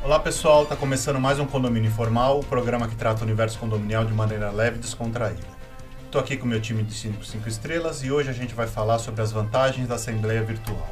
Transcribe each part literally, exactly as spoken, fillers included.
Olá pessoal, está começando mais um Condomínio Informal, o programa que trata o universo condominial de maneira leve e descontraída. Estou aqui com o meu time de cinco estrelas e hoje a gente vai falar sobre as vantagens da Assembleia Virtual.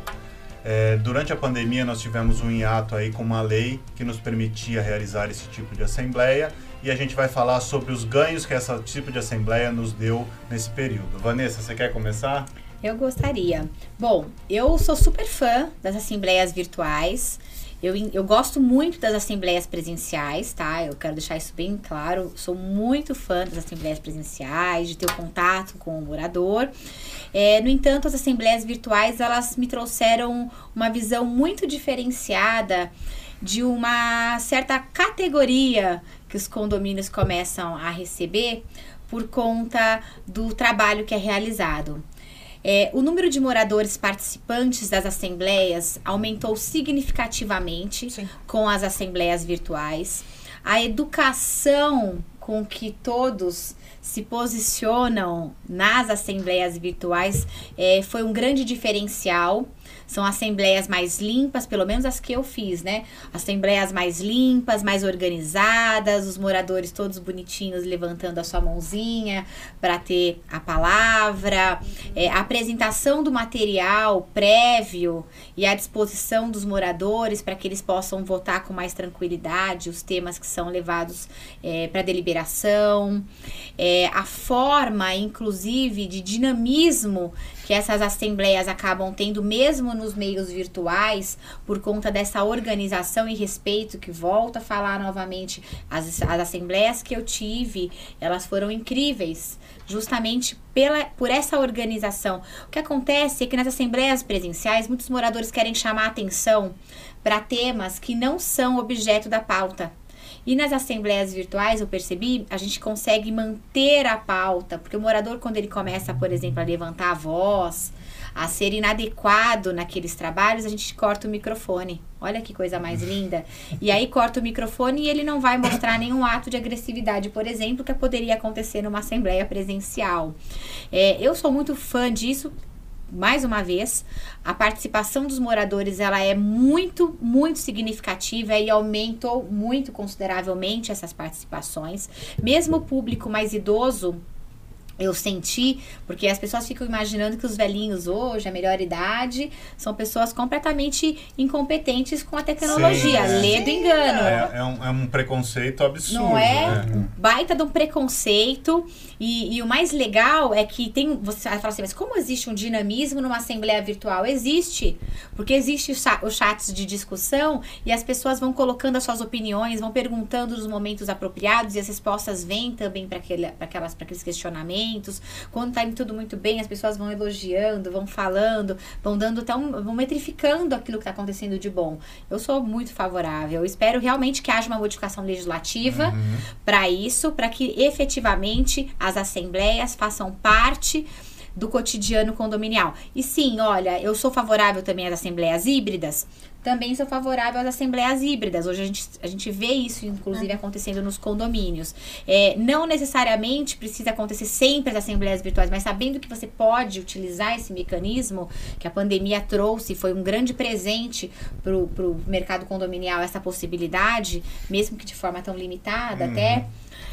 É, durante a pandemia nós tivemos um hiato aí com uma lei que nos permitia realizar esse tipo de assembleia e a gente vai falar sobre os ganhos que esse tipo de assembleia nos deu nesse período. Vanessa, você quer começar? Eu gostaria. Bom, eu sou super fã das assembleias virtuais. Eu, eu gosto muito das assembleias presenciais, tá? Eu quero deixar isso bem claro. Sou muito fã das assembleias presenciais, de ter o contato com o morador. É, no entanto, as assembleias virtuais, elas me trouxeram uma visão muito diferenciada de uma certa categoria que os condomínios começam a receber por conta do trabalho que é realizado. É, o número de moradores participantes das assembleias aumentou significativamente Sim. com as assembleias virtuais. A educação com que todos se posicionam nas assembleias virtuais é, foi um grande diferencial. São assembleias mais limpas, pelo menos as que eu fiz, né? Assembleias mais limpas, mais organizadas, os moradores todos bonitinhos levantando a sua mãozinha para ter a palavra. É, a apresentação do material prévio e a disposição dos moradores para que eles possam votar com mais tranquilidade os temas que são levados é, para deliberação. É, a forma, inclusive, de dinamismo que essas assembleias acabam tendo mesmo nos meios virtuais, por conta dessa organização e respeito, que volto a falar novamente, as, as assembleias que eu tive, elas foram incríveis, justamente pela, por essa organização. O que acontece é que nas assembleias presenciais, muitos moradores querem chamar atenção para temas que não são objeto da pauta. E nas assembleias virtuais, eu percebi, a gente consegue manter a pauta, porque o morador, quando ele começa, por exemplo, a levantar a voz, a ser inadequado naqueles trabalhos, a gente corta o microfone. Olha que coisa mais linda. E aí corta o microfone e ele não vai mostrar nenhum ato de agressividade, por exemplo, que poderia acontecer numa assembleia presencial. É, eu sou muito fã disso. Mais uma vez, a participação dos moradores, ela é muito, muito significativa e aumentou muito consideravelmente essas participações. Mesmo o público mais idoso, eu senti, porque as pessoas ficam imaginando que os velhinhos hoje, a melhor idade, são pessoas completamente incompetentes com a tecnologia. Sim, Lê do engano. É, é, um, é um preconceito absurdo. Não é? Né? Baita de um preconceito. E, e o mais legal é que tem... Você fala assim, mas como existe um dinamismo numa assembleia virtual? Existe. Porque existe os chats de discussão e as pessoas vão colocando as suas opiniões, vão perguntando nos momentos apropriados e as respostas vêm também para aquelas, para aqueles questionamentos. Quando está indo tudo muito bem, as pessoas vão elogiando, vão falando, vão dando até um, vão metrificando aquilo que está acontecendo de bom. Eu sou muito favorável. Eu espero realmente que haja uma modificação legislativa uhum. para isso, para que efetivamente as assembleias façam parte do cotidiano condominial. E sim, olha, eu sou favorável também às assembleias híbridas. Também sou favorável às assembleias híbridas. Hoje a gente, a gente vê isso, inclusive, acontecendo nos condomínios. É, não necessariamente precisa acontecer sempre as assembleias virtuais, mas sabendo que você pode utilizar esse mecanismo que a pandemia trouxe, foi um grande presente para o mercado condominial, essa possibilidade, mesmo que de forma tão limitada uhum. até...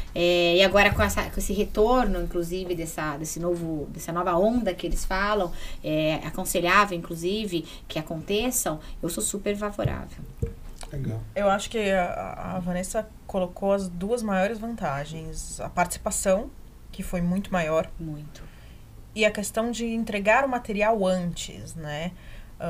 É, e agora com, essa, com esse retorno, inclusive, dessa, desse novo, dessa nova onda que eles falam, é aconselhável, inclusive, que aconteçam, eu sou super favorável. Legal. Eu acho que a, a Vanessa colocou as duas maiores vantagens. A participação, que foi muito maior. Muito. E a questão de entregar o material antes, né? Uh,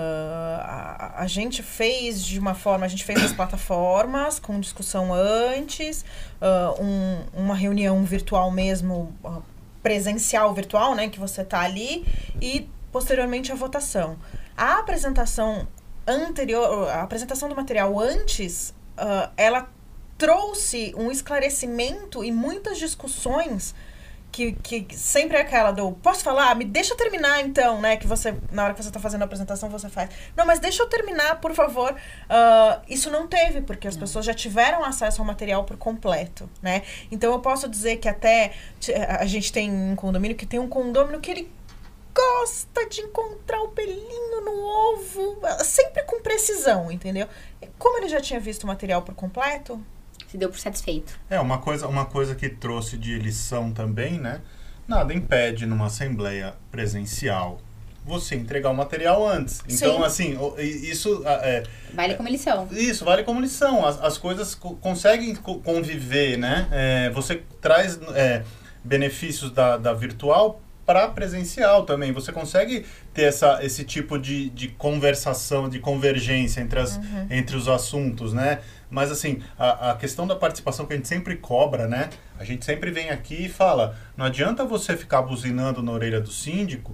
a, a gente fez de uma forma, a gente fez as plataformas com discussão antes, uh, um, uma reunião virtual mesmo, uh, presencial virtual, né, que você tá ali, e posteriormente a votação. A apresentação anterior, a apresentação do material antes, uh, ela trouxe um esclarecimento e muitas discussões Que, que sempre é aquela do, posso falar? Me deixa eu terminar então, né? Que você, na hora que você tá fazendo a apresentação, você faz. Não, mas deixa eu terminar, por favor. Uh, isso não teve, porque as não. pessoas já tiveram acesso ao material por completo, né? Então, eu posso dizer que até a gente tem um condomínio que tem um condômino que ele gosta de encontrar o pelinho no ovo, sempre com precisão, entendeu? Como ele já tinha visto o material por completo, se deu por satisfeito. É, uma coisa, uma coisa que trouxe de lição também, né? Nada impede numa assembleia presencial você entregar o material antes. Então, Sim. assim, isso... É, vale como lição. Isso, vale como lição. As, as coisas co conseguem co conviver, né? É, você traz é, benefícios da, da virtual para presencial também. Você consegue ter essa, esse tipo de, de conversação, de convergência entre, as, uhum. entre os assuntos, né? Mas, assim, a, a questão da participação que a gente sempre cobra, né? A gente sempre vem aqui e fala, não adianta você ficar buzinando na orelha do síndico,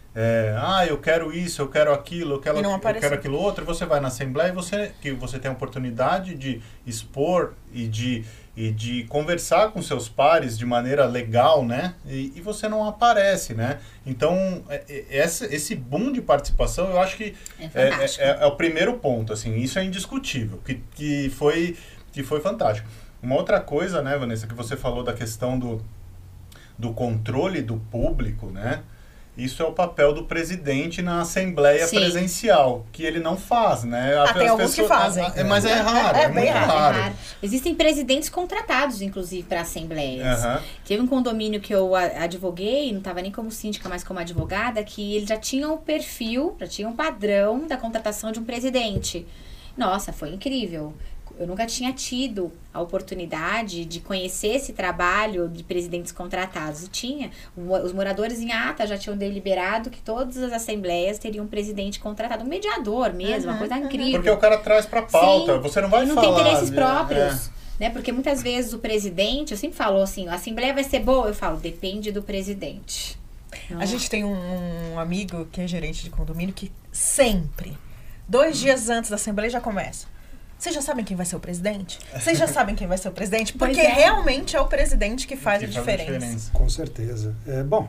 é, ah, eu quero isso, eu quero aquilo, eu quero, eu quero aquilo outro, você vai na Assembleia e você, que você tem a oportunidade de expor e de, e de conversar com seus pares de maneira legal, né? E, e você não aparece, né? Então, é, é, esse, esse boom de participação, eu acho que é, é, é, é o primeiro ponto, assim, isso é indiscutível, que, que, foi, que foi fantástico. Uma outra coisa, né, Vanessa, que você falou da questão do, do controle do público, né? Isso é o papel do presidente na Assembleia Sim. presencial, que ele não faz, né? Ah, tem alguns pessoas, que fazem. É, mas é raro, é, é, é muito raro. raro. É raro. Existem presidentes contratados, inclusive, para assembleias. Uhum. Teve um condomínio que eu advoguei, não estava nem como síndica, mas como advogada, que ele já tinha um perfil, já tinha um padrão da contratação de um presidente. Nossa, foi incrível. Eu nunca tinha tido a oportunidade de conhecer esse trabalho de presidentes contratados. E tinha. Os moradores em ata já tinham deliberado que todas as assembleias teriam um presidente contratado, um mediador mesmo, uhum, uma coisa incrível. Porque o cara traz pra pauta, Sim, você não vai e não falar. Não tem interesses né? próprios. É. Né? Porque muitas vezes o presidente, eu sempre falo assim, a assembleia vai ser boa? Eu falo, depende do presidente. Não. A gente tem um, um amigo que é gerente de condomínio que sempre, dois hum. dias antes da assembleia já começa. Vocês já sabem quem vai ser o presidente? Vocês já sabem quem vai ser o presidente? Porque é. realmente é o presidente que faz, que a, faz diferença. a diferença. Com certeza. É, bom,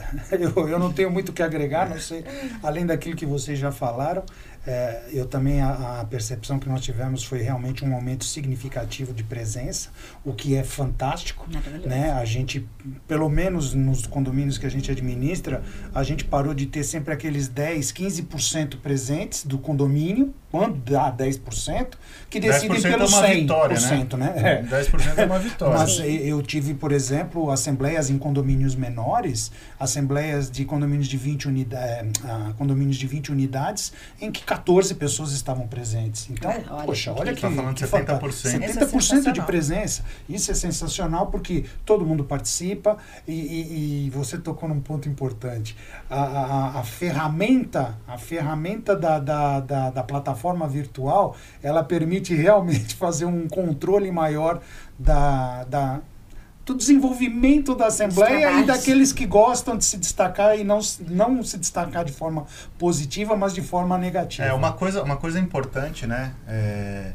eu, eu não tenho muito o que agregar, não sei, além daquilo que vocês já falaram. É, eu também, a, a percepção que nós tivemos foi realmente um aumento significativo de presença, o que é fantástico, né? A gente, pelo menos nos condomínios que a gente administra, a gente parou de ter sempre aqueles dez, quinze por cento presentes do condomínio, quando dá dez por cento, que decidem pelo cem por cento, né? né? É. dez por cento é uma vitória. Mas eu tive, por exemplo, assembleias em condomínios menores, assembleias de condomínios de vinte, unida uh, condomínios de vinte unidades, em que quatorze pessoas estavam presentes. Então, é, olha, poxa, olha que... Está falando de setenta por cento. setenta por cento de presença. Isso é sensacional porque todo mundo participa e, e, e você tocou num ponto importante. A, a, a ferramenta, a ferramenta da, da, da, da plataforma virtual, ela permite realmente fazer um controle maior da... da do desenvolvimento da Assembleia e daqueles que gostam de se destacar e não, não se destacar de forma positiva, mas de forma negativa. É, uma coisa, uma coisa importante, né? É,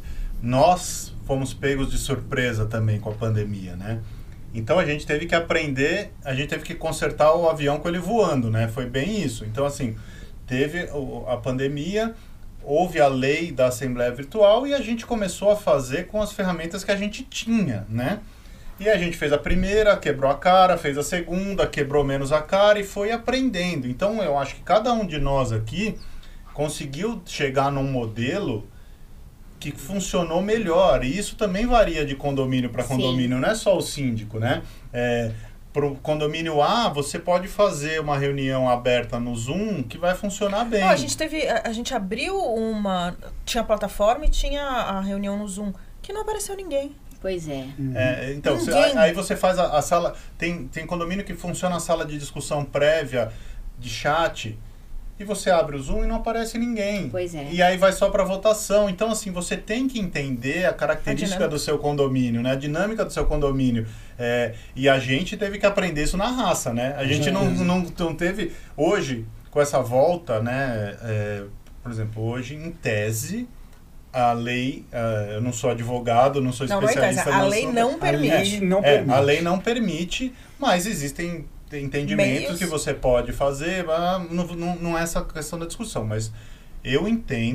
nós fomos pegos de surpresa também com a pandemia, né? Então a gente teve que aprender, a gente teve que consertar o avião com ele voando, né? Foi bem isso. Então, assim, teve a pandemia, houve a lei da Assembleia Virtual e a gente começou a fazer com as ferramentas que a gente tinha, né? E a gente fez a primeira, quebrou a cara, fez a segunda, quebrou menos a cara e foi aprendendo. Então, eu acho que cada um de nós aqui conseguiu chegar num modelo que funcionou melhor. E isso também varia de condomínio para condomínio, Sim. não é só o síndico, né? É, para o condomínio A, você pode fazer uma reunião aberta no Zoom que vai funcionar bem. Não, a gente teve, a, a gente abriu uma, tinha a plataforma e tinha a reunião no Zoom, que não apareceu ninguém. Pois é. é então, cê, aí você faz a, a sala... Tem, tem condomínio que funciona a sala de discussão prévia, de chat, e você abre o Zoom e não aparece ninguém. Pois é. E aí vai só para votação. Então, assim, você tem que entender a característica a do seu condomínio, né? A dinâmica do seu condomínio. É, e a gente teve que aprender isso na raça, né? A gente não, não, não teve... Hoje, com essa volta, né? É, por exemplo, hoje, em tese... A lei, uh, eu não sou advogado, não sou especialista. Não, não a lei não permite. A lei não, é, permite. A lei não permite, mas existem entendimentos Meios. que você pode fazer, não, não, não é essa questão da discussão, mas eu entendo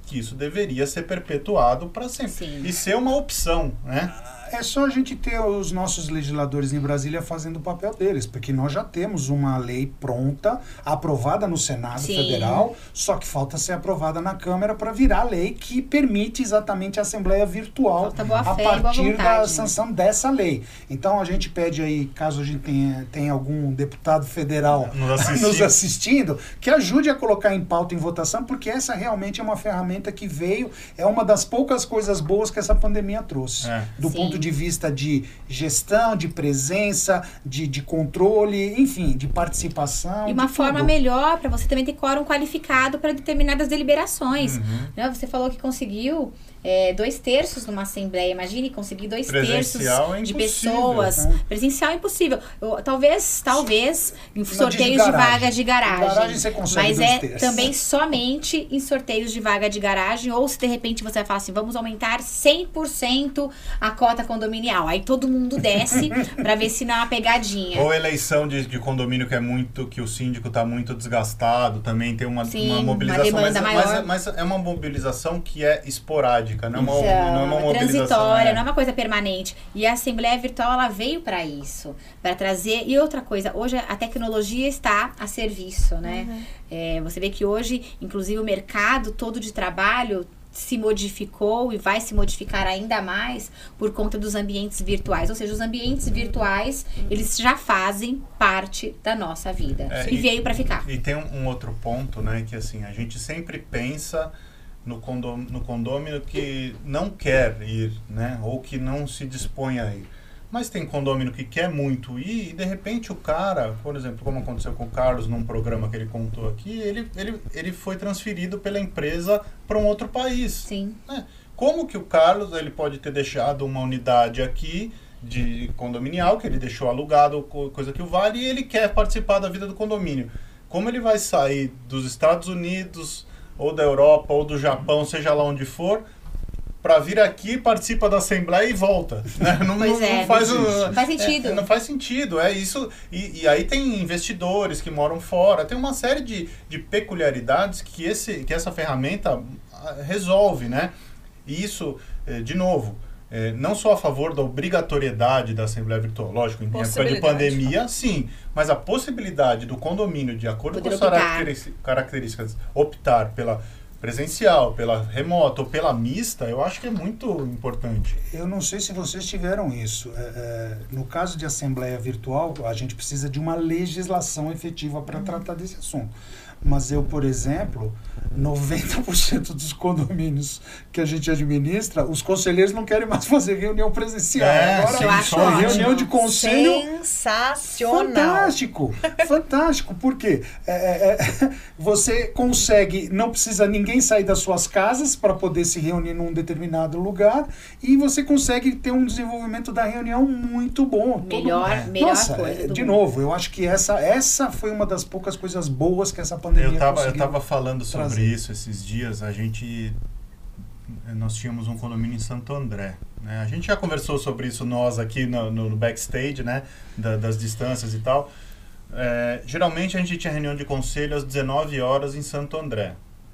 que isso deveria ser perpetuado para sempre. Sim. E ser uma opção, né? É só a gente ter os nossos legisladores em Brasília fazendo o papel deles, porque nós já temos uma lei pronta, aprovada no Senado Sim. Federal, só que falta ser aprovada na Câmara para virar lei que permite exatamente a Assembleia Virtual Falta boa a fé e boa partir vontade, da né? sanção dessa lei. Então a gente pede aí, caso a gente tenha, tenha algum deputado federal Nos assistindo. nos assistindo, que ajude a colocar em pauta em votação, porque essa realmente é uma ferramenta que veio, é uma das poucas coisas boas que essa pandemia trouxe. É. Do Sim. ponto de vista de gestão, de presença, de, de controle, enfim, de participação. E uma de forma tudo. melhor para você também ter quórum qualificado para determinadas deliberações. Uhum. Né? Você falou que conseguiu é, dois terços numa assembleia. Imagine conseguir dois terços Presencial é de impossível, pessoas. né? Presencial é impossível. Eu, talvez, talvez em Na de sorteios de, garagem. vagas de garagem. Em garagem você consegue mas dois é terços. também somente em sorteios de vaga de garagem. Ou se de repente você vai falar assim, vamos aumentar cem por cento a cota condominial. Aí todo mundo desce para ver se não é uma pegadinha. Ou eleição de, de condomínio que é muito, que o síndico está muito desgastado, também tem uma, Sim, uma uma mobilização, mas, demanda mas, maior. mas é uma mobilização que é esporádica, não é uma, Então, não é uma mobilização. transitória, é. não é uma coisa permanente. E a Assembleia Virtual, ela veio para isso, para trazer. E outra coisa, hoje a tecnologia está a serviço, né? Uhum. É, você vê que hoje, inclusive, o mercado todo de trabalho se modificou e vai se modificar ainda mais por conta dos ambientes virtuais. Ou seja, os ambientes virtuais, eles já fazem parte da nossa vida. É, e, e- veio para ficar. E tem um, um outro ponto, né, que assim, a gente sempre pensa no condômino, no condômino que não quer ir, né, ou que não se dispõe a ir. Mas tem condômino que quer muito ir e de repente o cara, por exemplo, como aconteceu com o Carlos num programa que ele contou aqui, ele, ele, ele foi transferido pela empresa para um outro país. Sim. Né? Como que o Carlos ele pode ter deixado uma unidade aqui de condominial, que ele deixou alugado, co- coisa que o vale, e ele quer participar da vida do condomínio. Como ele vai sair dos Estados Unidos, ou da Europa, ou do Japão, seja lá onde for, para vir aqui, participa da Assembleia e volta? Né? Não, Pois não, é. não faz, o- Não faz sentido. é, não faz sentido, é isso. E, e aí tem investidores que moram fora, tem uma série de, de peculiaridades que, esse, que essa ferramenta ah, resolve, né? E isso, eh, de novo, eh, não sou a favor da obrigatoriedade da Assembleia Virtual. Lógico, em época de Possibilidade. pandemia, sim. Mas a possibilidade do condomínio, de acordo Poder com as optar. caracteri- características, optar pela presencial, pela remota ou pela mista, eu acho que é muito importante. Eu não sei se vocês tiveram isso. É, é, no caso de Assembleia Virtual, a gente precisa de uma legislação efetiva para tratar desse assunto. Mas eu, por exemplo, noventa por cento dos condomínios que a gente administra, os conselheiros não querem mais fazer reunião presencial. É, Agora, sim, eu acho só a ótimo. reunião de conselho Sensacional. fantástico, fantástico, porque é, é, é, você consegue, não precisa ninguém sair das suas casas para poder se reunir num determinado lugar e você consegue ter um desenvolvimento da reunião muito bom. Todo Melhor, mundo- melhor Nossa, coisa é, do de mundo. novo, eu acho que essa, essa foi uma das poucas coisas boas que essa pandemia Eu tava, eu conseguiu. tava falando sobre trazer. isso esses dias. A gente, nós tínhamos um condomínio em Santo André, né? A gente já conversou sobre isso nós aqui no, no- no backstage, né? Da- das distâncias e tal. É, geralmente a gente tinha reunião de conselho às dezenove horas em Santo André.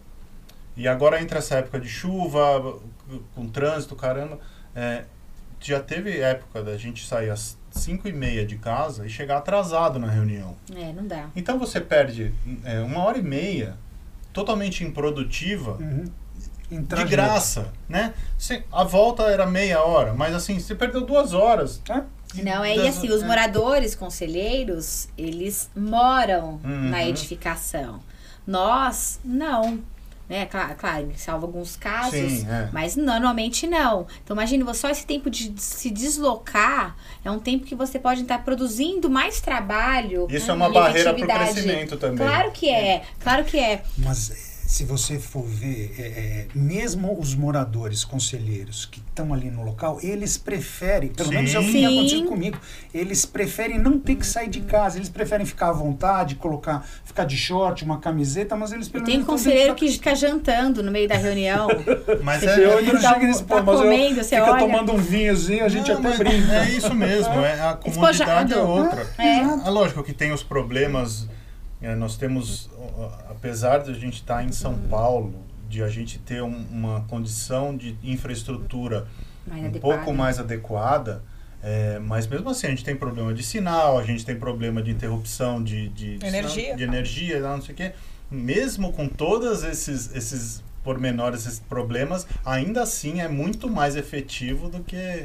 E agora entra essa época de chuva, com trânsito, caramba. É, já teve época da gente sair às cinco e meia de casa e chegar atrasado na reunião. É, não dá. Então você perde é, uma hora e meia totalmente improdutiva, Uhum. Em de trajeto. graça, né? Você- a volta era meia hora, mas assim, você perdeu duas horas. É. Não, é, e Das- assim, os é. moradores, conselheiros, eles moram Uhum. na edificação. Nós, não. Né? Claro, claro, salvo alguns casos, Sim, é. mas normalmente não. Então, imagine, só esse tempo de se deslocar é um tempo que você pode estar produzindo mais trabalho. Isso é e uma barreira para o efetividade. crescimento também. Claro que é, claro que é. Mas eh, se você for ver, é, é, mesmo os moradores, conselheiros que estão ali no local, eles preferem, pelo Sim. menos é o que tem Sim. acontecido comigo, eles preferem não ter que sair de casa, eles preferem ficar à vontade, colocar, ficar de short, uma camiseta, mas eles pelo Tem menos estão conselheiro dentro que fica jantando no meio da reunião. Mas da... é, Eu ainda não Tá- chego nesse tá ponto, mas comendo, eu você fica olha. tomando um vinhozinho, a gente Não, até mas brinca. é isso mesmo, é a comodidade é Despojado. outra. É. É lógico que tem os problemas, é, nós temos, ó, apesar de a gente estar em São Paulo, de a gente ter um, uma condição de infraestrutura Mais um adequada. pouco mais adequada, é, mas mesmo assim a gente tem problema de sinal, a gente tem problema de interrupção de, de, de Energia. sinal, de energia, não sei o quê. Mesmo com todos esses, esses pormenores, esses problemas, ainda assim é muito mais efetivo do que...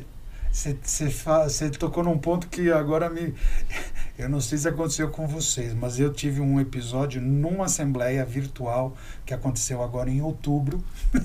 Você tocou num ponto que agora me... Eu não sei se aconteceu com vocês, mas eu tive um episódio numa assembleia virtual que aconteceu agora em outubro.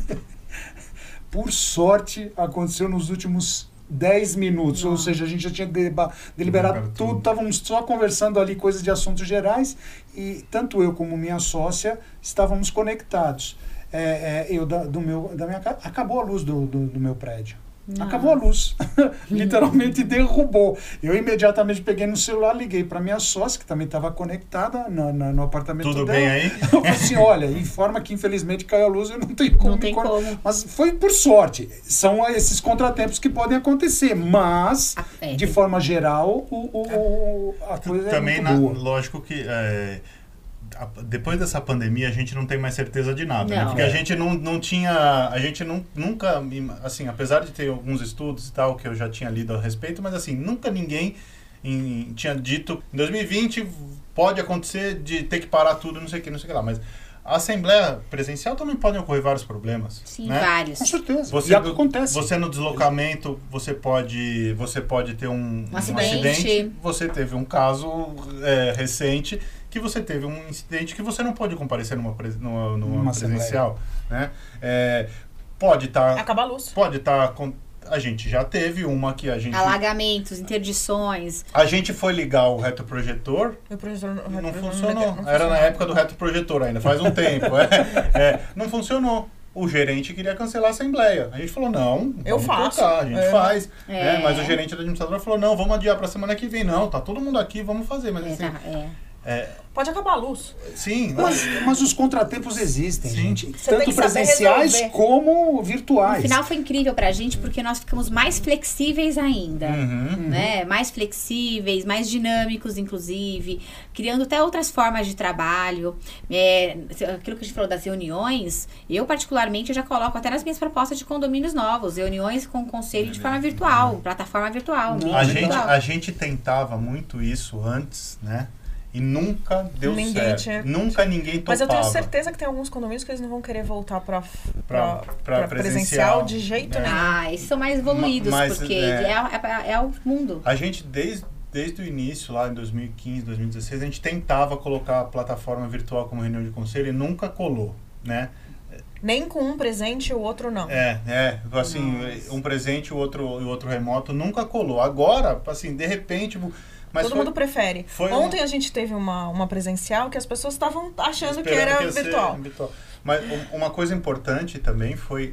Por sorte, aconteceu nos últimos dez minutos, Nossa. ou seja, a gente já tinha deba- deliberado Deliberado tudo, tudo. estávamos só conversando ali coisas de assuntos gerais e tanto eu como minha sócia estávamos conectados. É, é, eu da, do meu, da minha casa, acabou a luz do, do, do meu prédio. Nossa. Acabou a luz. Literalmente derrubou. Eu imediatamente peguei no celular, liguei para minha sócia, que também estava conectada na, na, no apartamento Tudo dela. bem aí? Eu falei assim, olha, informa que infelizmente caiu a luz, eu não tenho como. Não tem me con- como. Mas foi por sorte. São esses contratempos que podem acontecer, mas, Ah, é, de tem- forma geral, o, o, o- a coisa Também, é na- muito boa. lógico que é, a- depois dessa pandemia a gente não tem mais certeza de nada, né? Não. Porque É. a gente não, não tinha, a gente não, nunca, assim, apesar de ter alguns estudos e tal que eu já tinha lido a respeito, mas assim, nunca ninguém em- tinha dito, em dois mil e vinte pode acontecer de ter que parar tudo, não sei o que, não sei o que lá, mas a assembleia presencial também podem ocorrer vários problemas, Sim, né? vários. Com certeza. Você, e acontece. você no deslocamento, você pode, você pode ter um, um acidente. acidente. Você teve um caso é, recente que você teve um incidente que você não pode comparecer numa, pres- numa, numa Numa presencial. Né? É, pode estar... Acaba a luz. pode estar... a gente já teve uma que a gente... Alagamentos, interdições. A gente foi ligar o retroprojetor, O projetor não, não funcionou. não Era na funcionou. época do retroprojetor ainda, faz um tempo. É, é, não funcionou. O gerente queria cancelar a assembleia. A gente falou, não, Eu vamos faço. tocar, a gente É. faz. É. né? Mas o gerente da administradora falou, não, vamos adiar para a semana que vem. Não, tá todo mundo aqui, vamos fazer. Mas É, assim, tá, é. é, Pode acabar a luz. sim, Mas, mas os contratempos existem, Sim. gente. Você tem Tanto que saber presenciais resolver. como No virtuais. final foi incrível pra gente porque nós ficamos mais flexíveis ainda. uhum. Né? Mais flexíveis, mais dinâmicos, inclusive, criando até outras formas de trabalho. É, aquilo que a gente falou das reuniões, eu particularmente eu já coloco até nas minhas propostas de condomínios novos, reuniões com o conselho de forma virtual, plataforma virtual. mídia a, gente, virtual. a gente tentava muito isso antes, né? E nunca deu Ninguém certo. tinha- Nunca ninguém topava. Mas eu tenho certeza que tem alguns condomínios que eles não vão querer voltar para Pra- pra presencial, de jeito né? nenhum. Ah, esses são mais evoluídos, Ma- mas, porque é. é, é, é o mundo. A gente, desde, desde o início, lá em dois mil e quinze, dois mil e dezesseis, a gente tentava colocar a plataforma virtual como reunião de conselho e nunca colou, né? Nem com um presente e o outro não. É, é, assim, Nossa. um presente e o outro, e o outro remoto nunca colou. Agora, assim, de repente... Mas Todo foi, mundo prefere. foi Ontem a gente teve uma, uma presencial que as pessoas estavam achando que esperando era ia ser virtual. virtual. Mas um- uma coisa importante também foi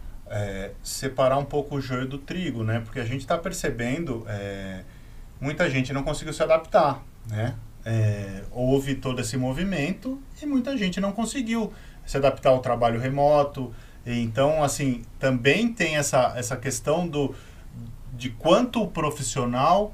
é, separar um pouco o joio do trigo, né? Porque a gente está percebendo, é, muita gente não conseguiu se adaptar, né? É, houve todo esse movimento e muita gente não conseguiu se adaptar ao trabalho remoto. E então, assim, também tem essa, essa questão do, de quanto o profissional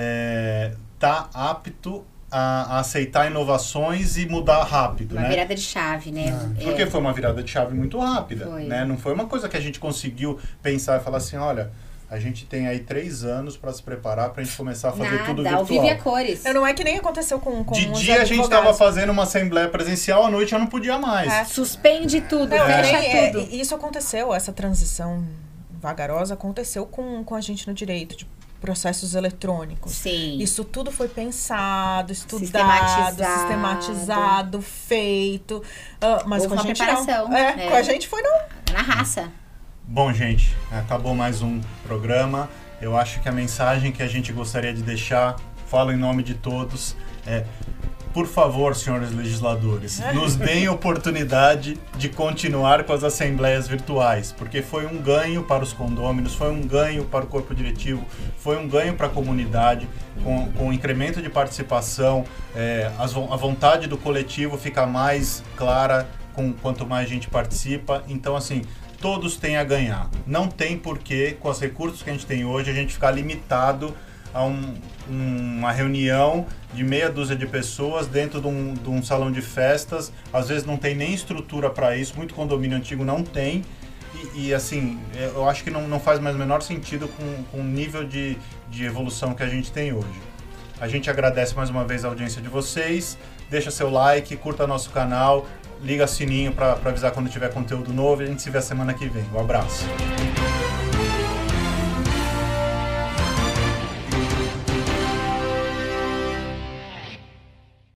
está apto a, a aceitar inovações e mudar rápido, Uma né? virada de chave, né? Ah. É. Porque foi uma virada de chave muito rápida, Foi. né? Não foi uma coisa que a gente conseguiu pensar e falar assim, olha, a gente tem aí três anos para se preparar para a gente começar a fazer tudo Nada, ao vivo virtual. e a cores. Não é que nem aconteceu com, com De os dia a gente advogados. estava fazendo uma assembleia presencial, à noite eu não podia mais. É. Suspende tudo, Não, fecha nem- é, tudo. e isso aconteceu, essa transição vagarosa aconteceu com, com a gente no direito, de processos eletrônicos. Sim. Isso tudo foi pensado, estudado, Sistematizado. sistematizado, feito. Ah, mas Houve com a uma gente preparação, não. É, né? com a gente foi não. Na raça. Bom, gente, acabou mais um programa. Eu acho que a mensagem que a gente gostaria de deixar, falo em nome de todos, é: por favor, senhores legisladores, nos deem oportunidade de continuar com as assembleias virtuais, porque foi um ganho para os condôminos, foi um ganho para o corpo diretivo, foi um ganho para a comunidade, com, com o incremento de participação, é, as vo- a vontade do coletivo fica mais clara com quanto mais gente participa. Então, assim, todos têm a ganhar. Não tem porquê, com os recursos que a gente tem hoje, a gente ficar limitado a um, uma reunião de meia dúzia de pessoas dentro de um, de um salão de festas. Às vezes não tem nem estrutura para isso, muito condomínio antigo não tem. E, e assim, eu acho que não, não faz mais o menor sentido com, com o nível de, de evolução que a gente tem hoje. A gente agradece mais uma vez a audiência de vocês. Deixa seu like, curta nosso canal, liga o sininho para avisar quando tiver conteúdo novo e a gente se vê a semana que vem. Um abraço.